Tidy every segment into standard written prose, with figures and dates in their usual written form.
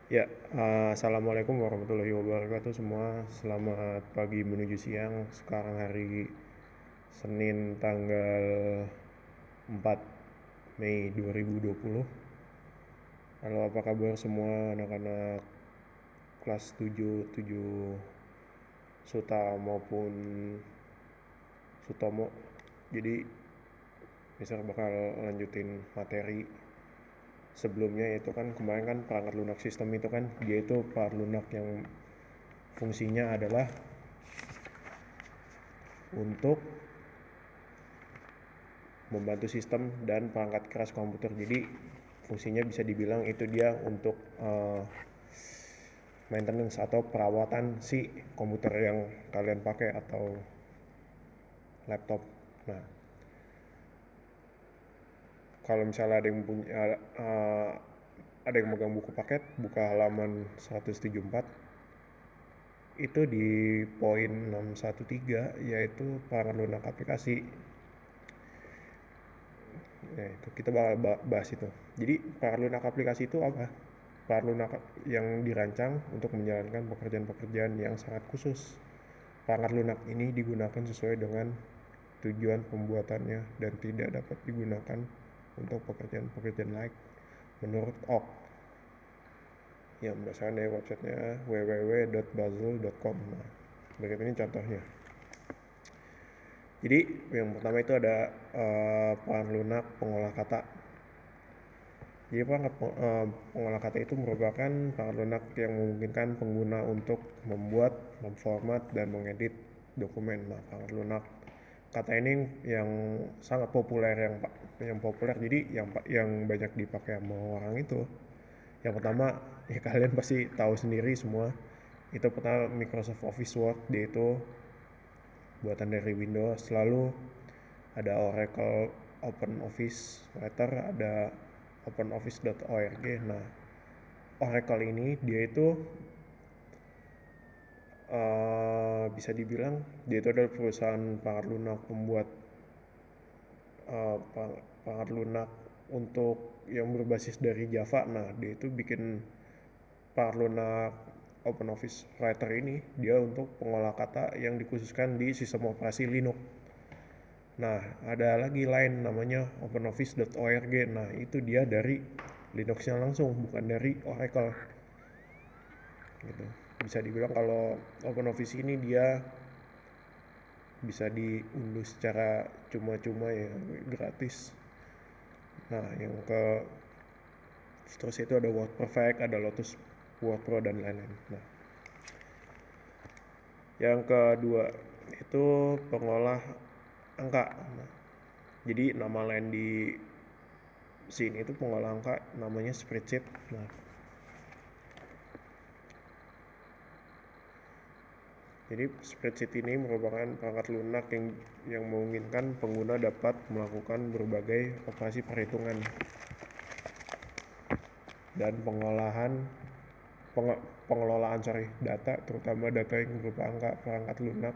Ya, assalamualaikum warahmatullahi wabarakatuh semua. Selamat pagi menuju siang. Sekarang hari Senin tanggal 4 Mei 2020. Halo, apa kabar semua anak-anak kelas 7 7 Suta maupun Sutomo. Jadi, misal bakal lanjutin materi sebelumnya, yaitu kan kemarin kan perangkat lunak sistem itu kan dia itu perangkat lunak yang fungsinya adalah untuk membantu sistem dan perangkat keras komputer. Jadi fungsinya bisa dibilang itu dia untuk maintenance atau perawatan si komputer yang kalian pakai atau laptop. Nah, kalau misalnya ada yang megang buku paket, buka halaman 174, itu di poin 613, yaitu perangkat lunak aplikasi. Nah, itu kita bakal bahas itu. Jadi perangkat lunak aplikasi itu apa? Perangkat lunak yang dirancang untuk menjalankan pekerjaan-pekerjaan yang sangat khusus. Perangkat lunak ini digunakan sesuai dengan tujuan pembuatannya dan tidak dapat digunakan untuk pekerjaan-pekerjaan lain menurut OK, yang berdasarkan dari websitenya www.bazel.com. Nah, berikut ini contohnya. Jadi yang pertama itu ada perangkat lunak pengolah kata. Jadi pengolah kata itu merupakan perangkat lunak yang memungkinkan pengguna untuk membuat, memformat, dan mengedit dokumen. Nah, perangkat lunak kata ini yang sangat populer, yang populer, jadi yang banyak dipakai sama orang itu. Yang pertama, ya kalian pasti tahu sendiri semua. Itu pertama Microsoft Office Word, dia itu buatan dari Windows. Lalu ada Oracle Open Office Writer, ada openoffice.org. Nah, Oracle ini dia itu bisa dibilang dia itu adalah perusahaan perangkat lunak pembuat perangkat lunak untuk yang berbasis dari Java. Nah, dia itu bikin perangkat lunak Open Office Writer ini dia untuk pengolah kata yang dikhususkan di sistem operasi Linux. Nah, ada lagi lain namanya openoffice.org. Nah, itu dia dari Linuxnya langsung, bukan dari Oracle. Gitu. Bisa dibilang kalau OpenOffice ini dia bisa diunduh secara cuma-cuma ya, gratis. Nah, yang ke seterusnya itu ada WordPerfect, ada Lotus Word Pro, dan lain-lain. Nah, yang kedua itu pengolah angka. Nah, jadi nama lain di sini itu pengolah angka namanya spreadsheet. Nah, jadi spreadsheet ini merupakan perangkat lunak yang memungkinkan pengguna dapat melakukan berbagai operasi perhitungan dan pengelolaan data, terutama data yang berupa angka. Perangkat lunak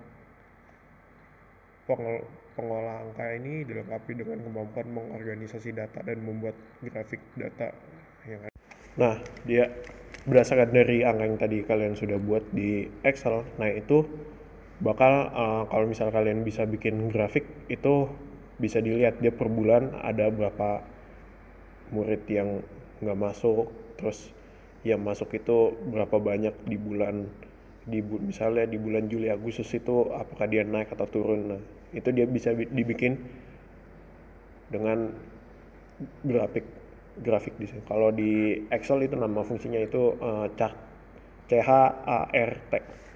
pengolah angka ini dilengkapi dengan kemampuan mengorganisasi data dan membuat grafik data yang ada. Nah, dia berdasarkan dari angka yang tadi kalian sudah buat di Excel. Nah, itu bakal kalau misal kalian bisa bikin grafik, itu bisa dilihat dia per bulan ada berapa murid yang nggak masuk, terus yang masuk itu berapa banyak misalnya di bulan Juli Agustus itu apakah dia naik atau turun. Nah, itu dia bisa dibikin dengan grafik di sini. Kalau di Excel itu nama fungsinya itu chart, CHART.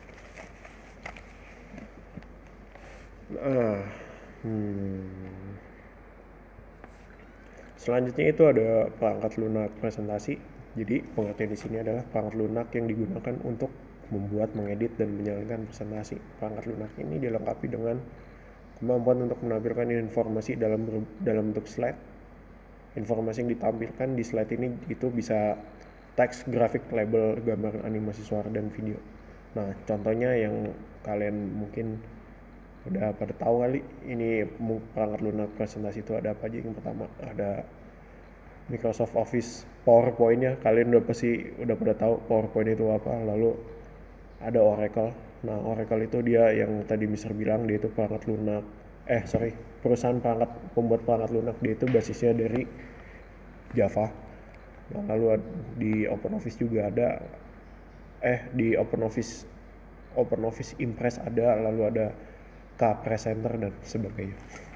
Selanjutnya itu ada perangkat lunak presentasi. Jadi pengertian di sini adalah perangkat lunak yang digunakan untuk membuat, mengedit, dan menjalankan presentasi. Perangkat lunak ini dilengkapi dengan kemampuan untuk menampilkan informasi dalam bentuk slide. Informasi yang ditampilkan di slide ini itu bisa teks, grafik, label, gambar, animasi suara, dan video. Nah, contohnya yang kalian mungkin udah pada tahu kali, ini perangkat lunak presentasi itu ada apa aja. Yang pertama ada Microsoft Office PowerPoint-nya. Kalian udah pada tahu PowerPoint itu apa. Lalu ada Oracle. Nah, Oracle itu dia yang tadi Mister bilang, dia itu perangkat lunak. Perusahaan pembuat perangkat lunak. Dia itu basisnya dari Java. Nah, lalu di OpenOffice juga ada, di OpenOffice Impress ada, lalu ada K-Presenter dan sebagainya.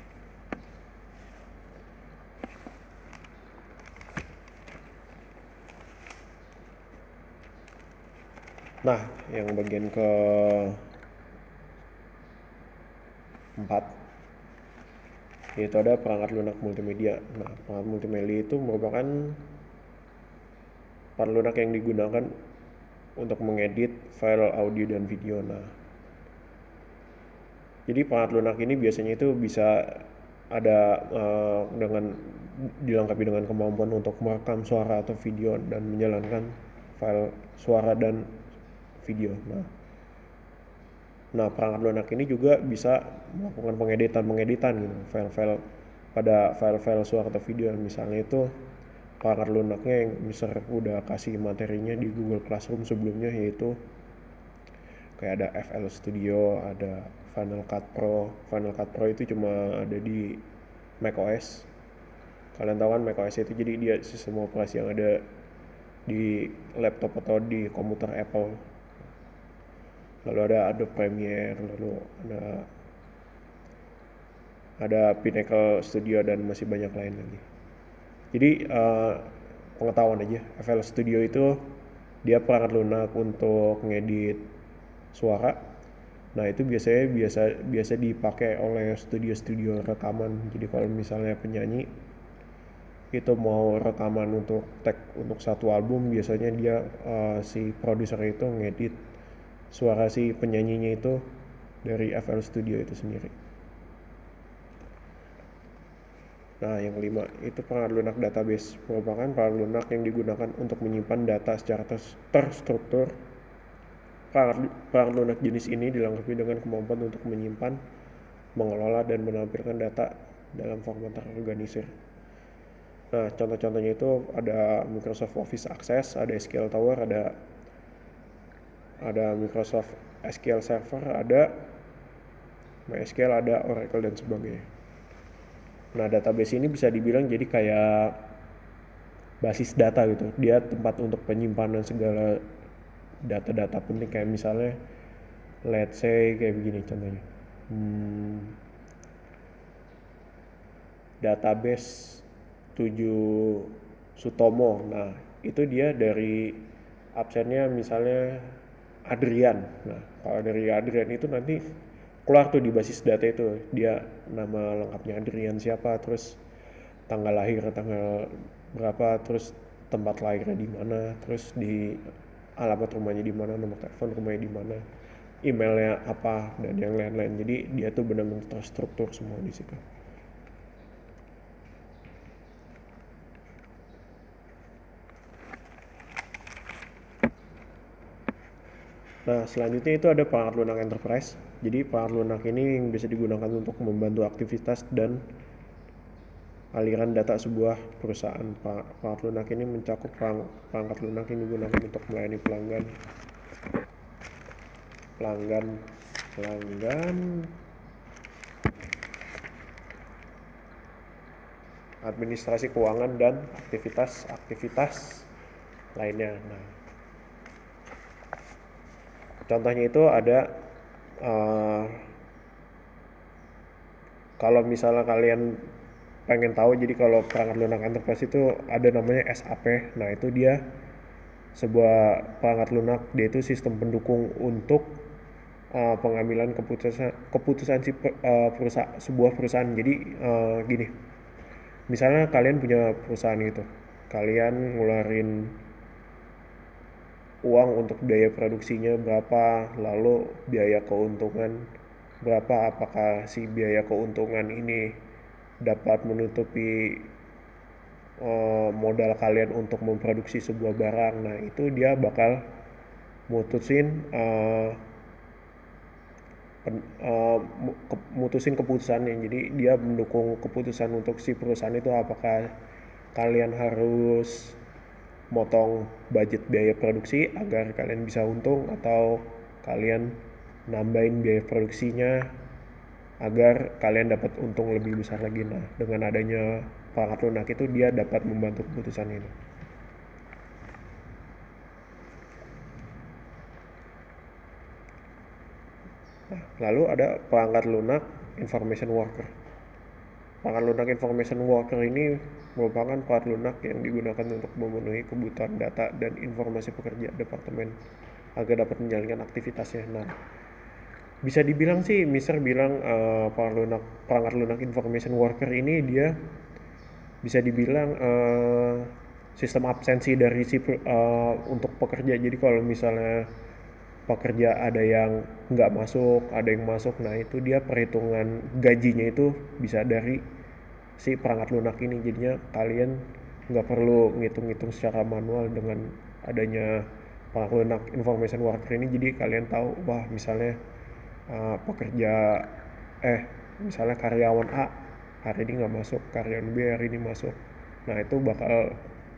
Nah, yang bagian ke 4 yaitu ada perangkat lunak multimedia. Nah, perangkat multimedia itu merupakan perangkat lunak yang digunakan untuk mengedit file audio dan video. Nah, jadi perangkat lunak ini biasanya itu bisa ada dengan dilengkapi dengan kemampuan untuk merekam suara atau video dan menjalankan file suara dan video. Nah, perangkat lunak ini juga bisa melakukan pengeditan gitu, file-file suara atau video. Misalnya itu perangkat lunaknya yang Mister udah kasih materinya di Google Classroom sebelumnya, yaitu kayak ada FL Studio, ada Final Cut Pro. Final Cut Pro itu cuma ada di macOS. Kalian tahu kan macOS itu jadi dia sistem operasi yang ada di laptop atau di komputer Apple. Lalu ada Adobe Premiere, lalu ada Pinnacle Studio dan masih banyak lain lagi. Jadi pengetahuan aja, FL Studio itu dia perangkat lunak untuk ngedit suara. Nah, itu biasa dipakai oleh studio-studio rekaman. Jadi kalau misalnya penyanyi itu mau rekaman untuk satu album, biasanya dia si produser itu ngedit suara si penyanyinya itu dari FL Studio itu sendiri. Nah, yang kelima itu perangkat lunak database, merupakan perangkat lunak yang digunakan untuk menyimpan data secara terstruktur. Perangkat lunak jenis ini dilengkapi dengan kemampuan untuk menyimpan, mengelola, dan menampilkan data dalam format terorganisir. Nah, contoh-contohnya itu ada Microsoft Office Access, ada SQL Tower, ada Microsoft SQL Server, ada MySQL, ada Oracle dan sebagainya. Nah, database ini bisa dibilang jadi kayak basis data gitu. Dia tempat untuk penyimpanan segala data-data penting, kayak misalnya let's say kayak begini contohnya. Database 7 Sutomo. Nah, itu dia dari absennya misalnya Adrian. Nah, kalau dari Adrian itu nanti keluar tuh di basis data itu, dia nama lengkapnya Adrian siapa, terus tanggal lahir tanggal berapa, terus tempat lahirnya di mana, terus di alamat rumahnya di mana, nomor telepon rumahnya di mana, emailnya apa, dan yang lain-lain. Jadi dia tuh benar-benar terstruktur semua di situ. Nah, selanjutnya itu ada perangkat lunak enterprise. Jadi perangkat lunak ini yang bisa digunakan untuk membantu aktivitas dan aliran data sebuah perusahaan. Perangkat lunak ini mencakup perangkat lunak yang digunakan untuk melayani pelanggan, administrasi keuangan, dan aktivitas lainnya. Nah, contohnya itu ada kalau misalnya kalian pengen tahu, jadi kalau perangkat lunak enterprise itu ada namanya SAP. Nah, itu dia sebuah perangkat lunak, dia itu sistem pendukung untuk pengambilan keputusan sebuah perusahaan. Jadi gini, misalnya kalian punya perusahaan gitu, kalian ngeluarin uang untuk biaya produksinya berapa, lalu biaya keuntungan berapa, apakah si biaya keuntungan ini dapat menutupi modal kalian untuk memproduksi sebuah barang. Nah, itu dia bakal mutusin keputusannya. Jadi dia mendukung keputusan untuk si perusahaan itu, apakah kalian harus motong budget biaya produksi agar kalian bisa untung, atau kalian nambahin biaya produksinya agar kalian dapat untung lebih besar lagi. Nah, dengan adanya perangkat lunak itu dia dapat membantu keputusan ini. Nah, lalu ada perangkat lunak information worker. Perangkat lunak information worker ini merupakan perangkat lunak yang digunakan untuk memenuhi kebutuhan data dan informasi pekerja departemen agar dapat menjalankan aktivitasnya. Nah, bisa dibilang sih, Mister bilang perangkat lunak information worker ini dia bisa dibilang sistem absensi dari untuk pekerja. Jadi kalau misalnya pekerja ada yang nggak masuk, ada yang masuk, nah itu dia perhitungan gajinya itu bisa dari si perangkat lunak ini. Jadinya kalian nggak perlu ngitung-ngitung secara manual dengan adanya perangkat lunak information worker ini. Jadi kalian tahu, wah misalnya pekerja misalnya karyawan A hari ini nggak masuk, karyawan B hari ini masuk. Nah itu bakal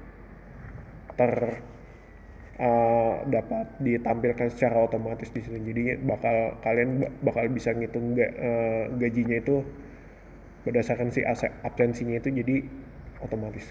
dapat ditampilkan secara otomatis di sini. Jadi kalian bakal bisa ngitung gajinya itu berdasarkan si absensinya itu, jadi otomatis.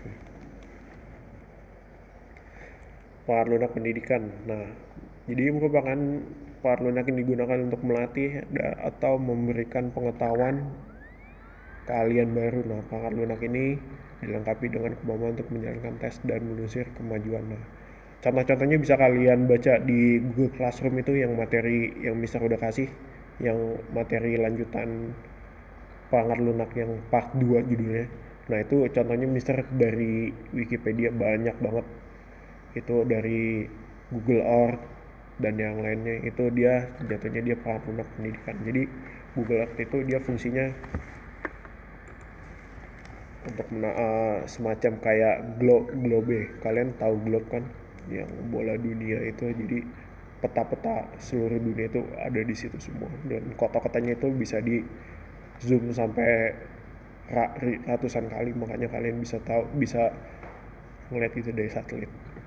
Perangkat lunak pendidikan. Nah, jadi merupakan perangkat lunak yang digunakan untuk melatih atau memberikan pengetahuan keahlian baru. Nah, perangkat lunak ini dilengkapi dengan kemampuan untuk menjalankan tes dan menelusuri kemajuan. Nah, contoh-contohnya bisa kalian baca di Google Classroom itu, yang materi yang Mister udah kasih, yang materi lanjutan perangkat lunak yang part 2 judulnya. Nah itu contohnya Mister dari Wikipedia banyak banget. Itu dari Google Earth dan yang lainnya, itu dia jatuhnya dia perangkat lunak pendidikan. Jadi Google Earth itu dia fungsinya untuk semacam kayak globe. Kalian tahu globe kan, yang bola dunia itu. Jadi peta-peta seluruh dunia itu ada di situ semua, dan kota-kotanya itu bisa di zoom sampai ratusan kali, makanya kalian bisa ngeliat itu dari satelit.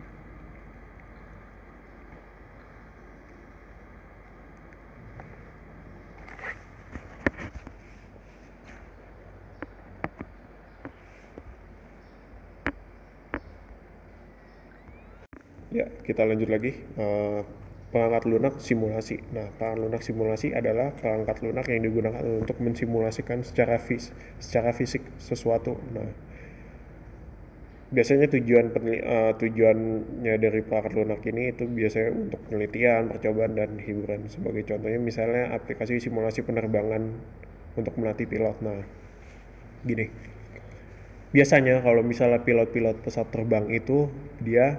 Ya, kita lanjut lagi. Perangkat lunak simulasi. Nah, perangkat lunak simulasi adalah perangkat lunak yang digunakan untuk mensimulasikan secara fisik sesuatu. Nah, biasanya tujuannya dari perangkat lunak ini itu biasanya untuk penelitian, percobaan, dan hiburan. Sebagai contohnya misalnya aplikasi simulasi penerbangan untuk melatih pilot. Nah, gini. Biasanya kalau misalnya pilot-pilot pesawat terbang itu dia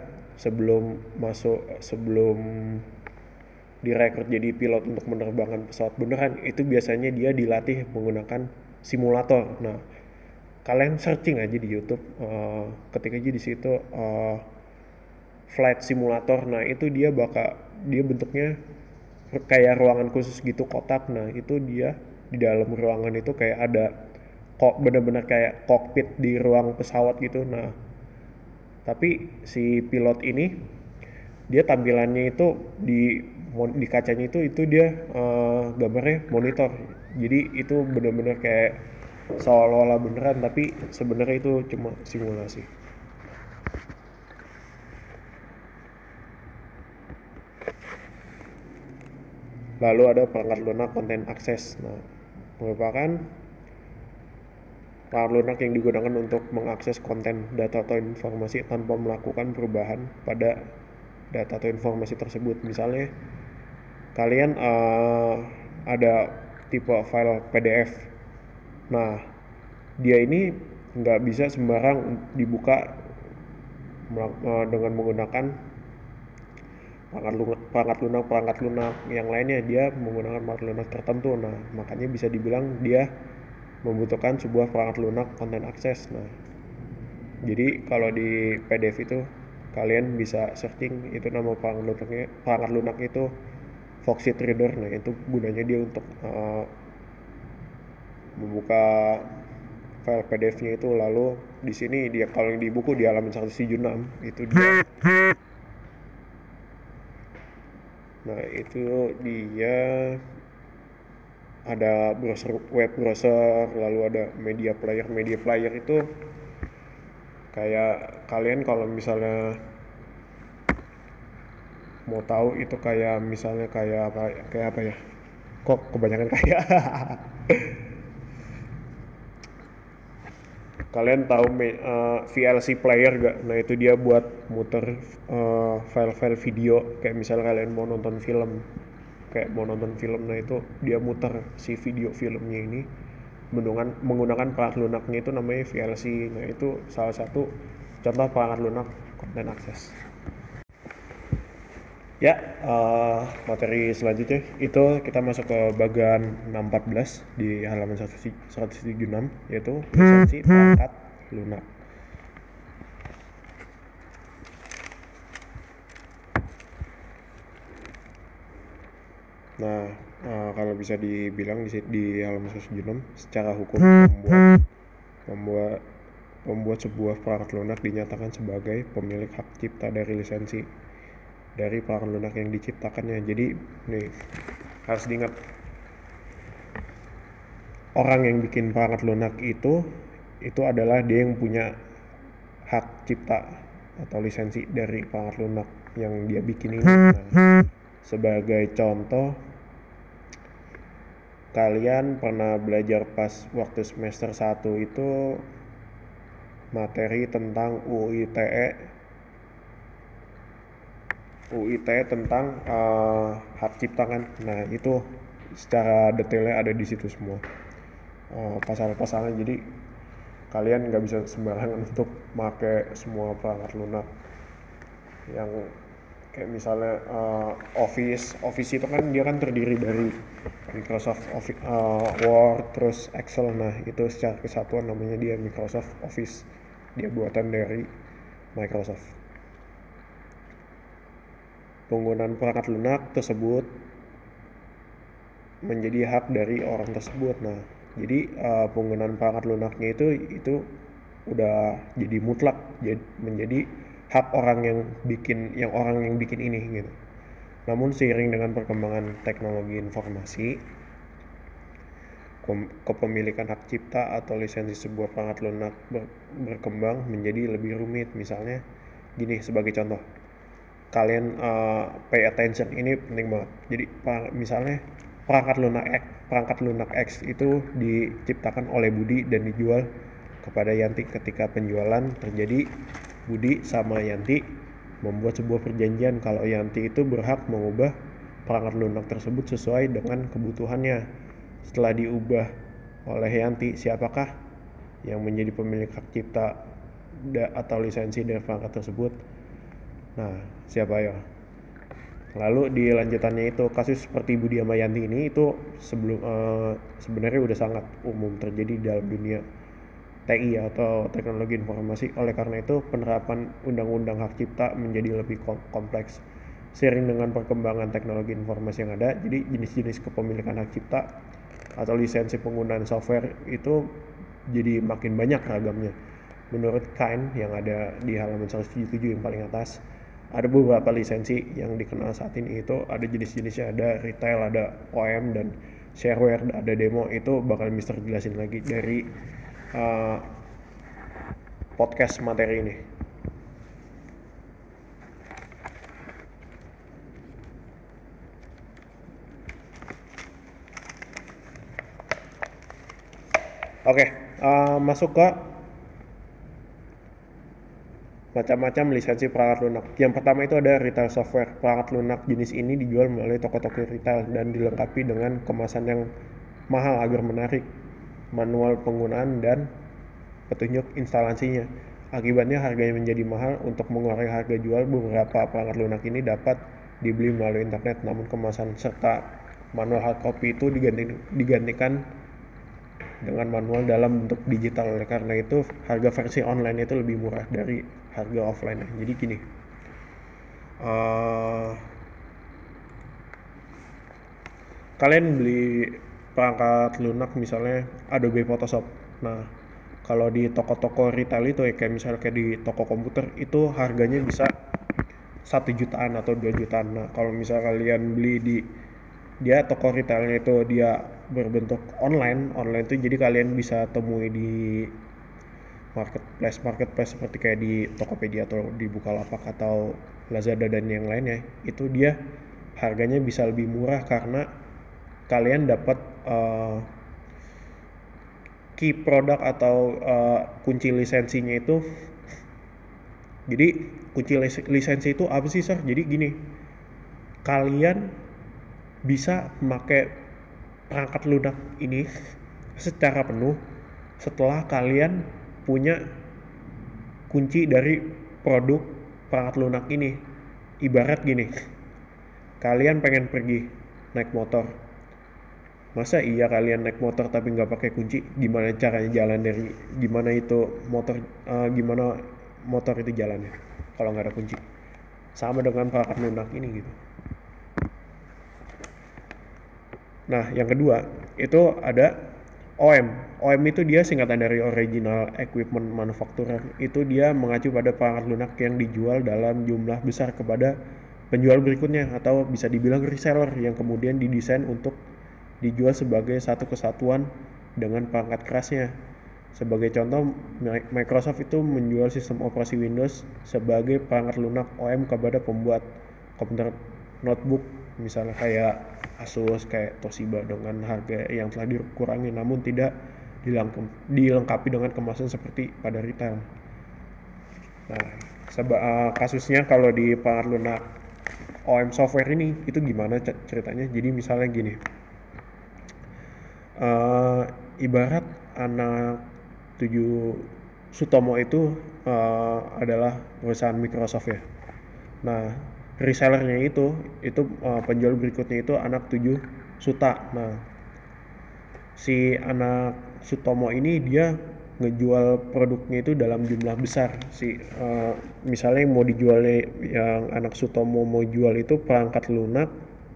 sebelum direkrut jadi pilot untuk menerbangkan pesawat beneran, itu biasanya dia dilatih menggunakan simulator. Nah, kalian searching aja di YouTube, ketik aja di situ flight simulator. Nah, itu dia bentuknya kayak ruangan khusus gitu, kotak. Nah, itu dia di dalam ruangan itu kayak ada bener-bener kayak kokpit di ruang pesawat gitu. Nah, tapi si pilot ini dia tampilannya itu di kacanya itu dia gambarnya monitor. Jadi itu benar-benar kayak seolah-olah beneran, tapi sebenarnya itu cuma simulasi. Lalu ada perangkat lunak konten akses. Nah, merupakan perangkat lunak yang digunakan untuk mengakses konten, data atau informasi tanpa melakukan perubahan pada data atau informasi tersebut. Misalnya kalian ada tipe file PDF. Nah, dia ini nggak bisa sembarang dibuka dengan menggunakan perangkat lunak yang lainnya. Dia menggunakan perangkat lunak tertentu. Nah, makanya bisa dibilang dia membutuhkan sebuah perangkat lunak konten akses. Nah, jadi kalau di PDF itu kalian bisa searching, itu nama perangkat lunak itu Foxit Reader. Nah, itu gunanya dia untuk membuka file PDF-nya itu. Lalu di sini dia kalau yang di buku di halaman 176 itu dia. Nah, itu dia ada browser, web browser, lalu ada media player. Media player itu kayak kalian kalau misalnya mau tahu itu kayak misalnya kayak apa ya? Kok kebanyakan kayak kalian tahu VLC player gak? Nah itu dia buat muter file-file video. Kayak misalnya kalian mau nonton film, nah itu dia muter si video filmnya ini menggunakan perangkat lunaknya itu namanya VLC. Nah itu salah satu contoh perangkat lunak content access. Ya, materi selanjutnya itu kita masuk ke bagian 614 di halaman 176, yaitu lisensi perangkat lunak. Nah, kalau bisa dibilang di halaman 176 secara hukum membuat sebuah perangkat lunak dinyatakan sebagai pemilik hak cipta dari lisensi dari perangkat lunak yang diciptakannya. Jadi nih harus diingat, orang yang bikin perangkat lunak itu adalah dia yang punya hak cipta atau lisensi dari perangkat lunak yang dia bikin ini. Nah, sebagai contoh, kalian pernah belajar pas waktu semester 1 itu materi tentang UU ITE tentang hak cipta kan. Nah itu secara detailnya ada di situ semua pasal-pasalnya. Jadi kalian nggak bisa sembarangan untuk pakai semua perangkat lunak yang kayak misalnya Office itu kan dia kan terdiri dari Microsoft Office, Word, terus Excel. Nah itu secara kesatuan namanya dia Microsoft Office, dia buatan dari Microsoft. Penggunaan perangkat lunak tersebut menjadi hak dari orang tersebut. Nah, jadi penggunaan perangkat lunaknya itu udah jadi mutlak, menjadi hak orang yang bikin ini gitu. Namun seiring dengan perkembangan teknologi informasi, kepemilikan hak cipta atau lisensi sebuah perangkat lunak berkembang menjadi lebih rumit. Misalnya gini sebagai contoh, kalian pay attention, ini penting banget. Jadi misalnya perangkat lunak X itu diciptakan oleh Budi dan dijual kepada Yanti. Ketika penjualan terjadi, Budi sama Yanti membuat sebuah perjanjian kalau Yanti itu berhak mengubah perangkat lunak tersebut sesuai dengan kebutuhannya. Setelah diubah oleh Yanti, siapakah yang menjadi pemilik hak cipta atau lisensi dari perangkat tersebut? Nah, siapa ya? Lalu di lanjutannya itu kasus seperti Budi sama Yanti ini itu sebenarnya udah sangat umum terjadi dalam dunia TI atau teknologi informasi. Oleh karena itu penerapan undang-undang hak cipta menjadi lebih kompleks. Seiring dengan perkembangan teknologi informasi yang ada, jadi jenis-jenis kepemilikan hak cipta atau lisensi penggunaan software itu jadi makin banyak ragamnya. Menurut Kain yang ada di halaman 177 yang paling atas, ada beberapa lisensi yang dikenal saat ini. Itu ada jenis-jenisnya, ada retail, ada OEM, dan shareware, ada demo. Itu bakal Mister jelasin lagi dari podcast materi ini. Oke, masuk ke macam-macam lisensi perangkat lunak. Yang pertama itu ada retail software. Perangkat lunak jenis ini dijual melalui toko-toko retail dan dilengkapi dengan kemasan yang mahal agar menarik, manual penggunaan, dan petunjuk instalasinya. Akibatnya harganya menjadi mahal. Untuk mengurangi harga jual, beberapa perangkat lunak ini dapat dibeli melalui internet, namun kemasan serta manual hard copy itu digantikan dengan manual dalam bentuk digital. Oleh karena itu harga versi online itu lebih murah dari harga offline. Jadi gini, kalian beli perangkat lunak misalnya Adobe Photoshop. Nah Kalau di toko-toko retail itu ya kayak misalnya kayak di toko komputer itu harganya bisa 1 jutaan atau 2 jutaan. Nah kalau misalnya kalian beli di dia toko retailnya itu dia berbentuk online itu jadi kalian bisa temui di marketplace seperti kayak di Tokopedia atau di Bukalapak atau Lazada dan yang lainnya, itu dia harganya bisa lebih murah karena kalian dapat key produk atau kunci lisensinya itu. Jadi kunci lisensi itu apa sih, Sir? Jadi gini, kalian bisa memakai perangkat lunak ini secara penuh setelah kalian punya kunci dari produk perangkat lunak ini. Ibarat gini, kalian pengen pergi naik motor, masa iya kalian naik motor tapi nggak pakai kunci? Gimana caranya jalan dari gimana itu motor gimana motor itu jalannya kalau nggak ada kunci? Sama dengan perangkat lunak ini gitu. Nah yang kedua itu ada OM. OM itu dia singkatan dari Original Equipment Manufacturer. Itu dia mengacu pada perangkat lunak yang dijual dalam jumlah besar kepada penjual berikutnya atau bisa dibilang reseller yang kemudian didesain untuk dijual sebagai satu kesatuan dengan perangkat kerasnya. Sebagai contoh, Microsoft itu menjual sistem operasi Windows sebagai perangkat lunak OM kepada pembuat komputer notebook misalnya kayak Asus, kayak Toshiba dengan harga yang telah dikurangi namun tidak dilengkapi dengan kemasan seperti pada retail. Nah, kasusnya kalau di perangkat lunak OM software ini itu gimana ceritanya? Jadi misalnya gini, ibarat anak 7 Sutomo itu adalah perusahaan Microsoft ya. Nah, resellernya itu penjual berikutnya itu anak 7 Suta. Nah, si anak Sutomo ini dia ngejual produknya itu dalam jumlah besar. Misalnya yang mau dijualnya yang anak Sutomo mau jual itu perangkat lunak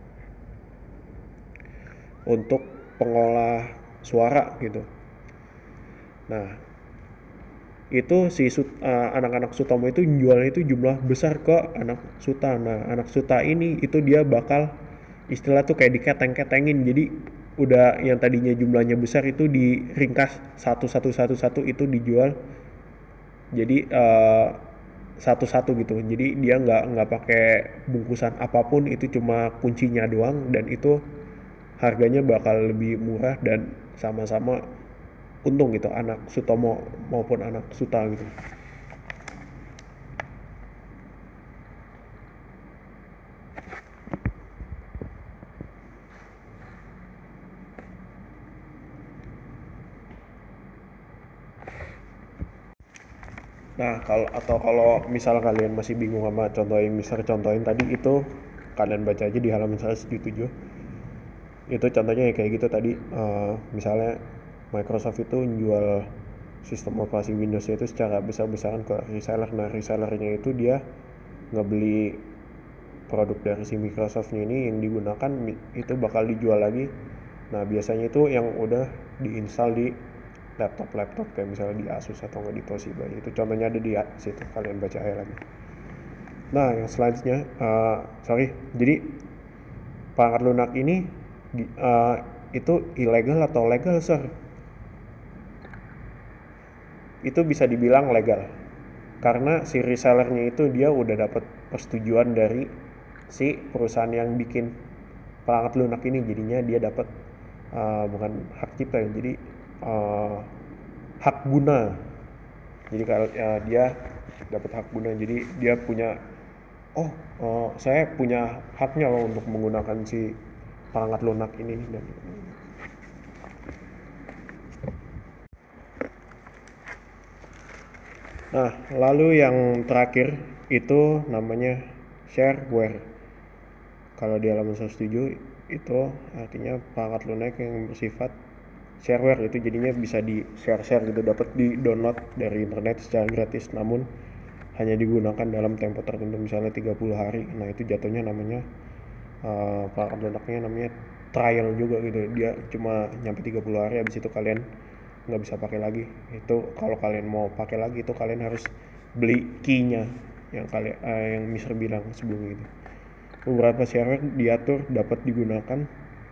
untuk pengolah suara gitu. Nah, itu anak-anak Sutomo itu jualnya itu jumlah besar ke anak Suta. Nah anak Suta ini itu dia bakal istilah tuh kayak diketeng-ketengin, jadi udah yang tadinya jumlahnya besar itu diringkas satu itu dijual jadi satu-satu gitu. Jadi dia nggak pakai bungkusan apapun, itu cuma kuncinya doang dan itu harganya bakal lebih murah dan sama-sama untung gitu anak Sutomo maupun anak Suta gitu. Nah kalau misal kalian masih bingung sama contoh yang Mister contohin tadi, itu kalian baca aja di halaman 177. Itu contohnya ya kayak gitu tadi. Misalnya Microsoft itu jual sistem operasi Windows itu secara besar-besaran ke reseller. Nah resellernya itu dia ngebeli produk dari si Microsoftnya ini yang digunakan itu bakal dijual lagi. Nah biasanya itu yang udah diinstal di laptop kayak misalnya di Asus atau nggak di Toshiba. Itu contohnya ada di situ, kalian baca aja lagi. Nah yang selanjutnya jadi perangkat lunak ini itu ilegal atau legal, Sir? Itu bisa dibilang legal karena si resellernya itu dia udah dapat persetujuan dari si perusahaan yang bikin perangkat lunak ini, jadinya dia dapat bukan hak cipta ya, jadi hak guna. Jadi kalau dia dapat hak guna, jadi dia punya saya punya haknya loh untuk menggunakan si perangkat lunak ini. Dan nah lalu yang terakhir itu namanya shareware. Kalau di halaman 107 itu artinya perangkat lunak yang bersifat shareware, itu jadinya bisa di share gitu, dapat di download dari internet secara gratis namun hanya digunakan dalam tempo tertentu, misalnya 30 hari. Nah itu jatuhnya namanya perangkat lunaknya namanya trial juga gitu, dia cuma nyampe 30 hari, habis itu kalian nggak bisa pakai lagi. Itu kalau kalian mau pakai lagi itu kalian harus beli key-nya yang yang Mister bilang sebelum itu. Beberapa shareware diatur dapat digunakan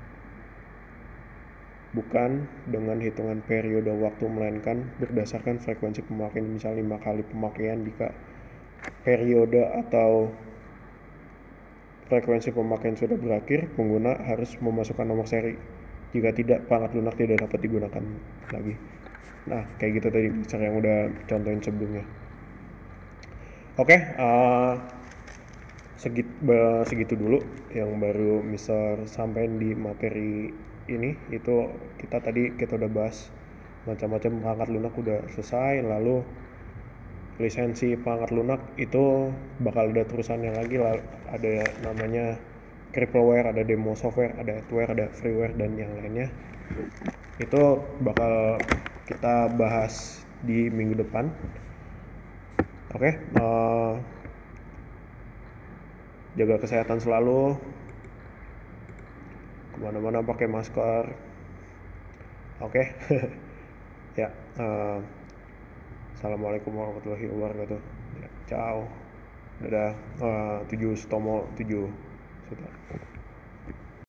bukan dengan hitungan periode waktu, melainkan berdasarkan frekuensi pemakaian. Misal 5 kali pemakaian. Jika periode atau frekuensi pemakaian sudah berakhir, pengguna harus memasukkan nomor seri. Jika tidak, perangkat lunak tidak dapat digunakan lagi. Nah, kayak gitu tadi cara yang udah contohin sebelumnya. Oke, segitu dulu yang baru Mister sampaikan di materi ini. Itu kita udah bahas macam-macam perangkat lunak udah selesai. Lalu lisensi perangkat lunak itu bakal ada terusannya lagi, ada namanya crippleware, ada demo software, ada adware, ada freeware, dan yang lainnya. Itu bakal kita bahas di minggu depan. Oke, jaga kesehatan selalu, kemana-mana pakai masker. Oke. Ya, assalamualaikum warahmatullahi wabarakatuh. Ya, ciao. Dadah. 7 Sutomo 7.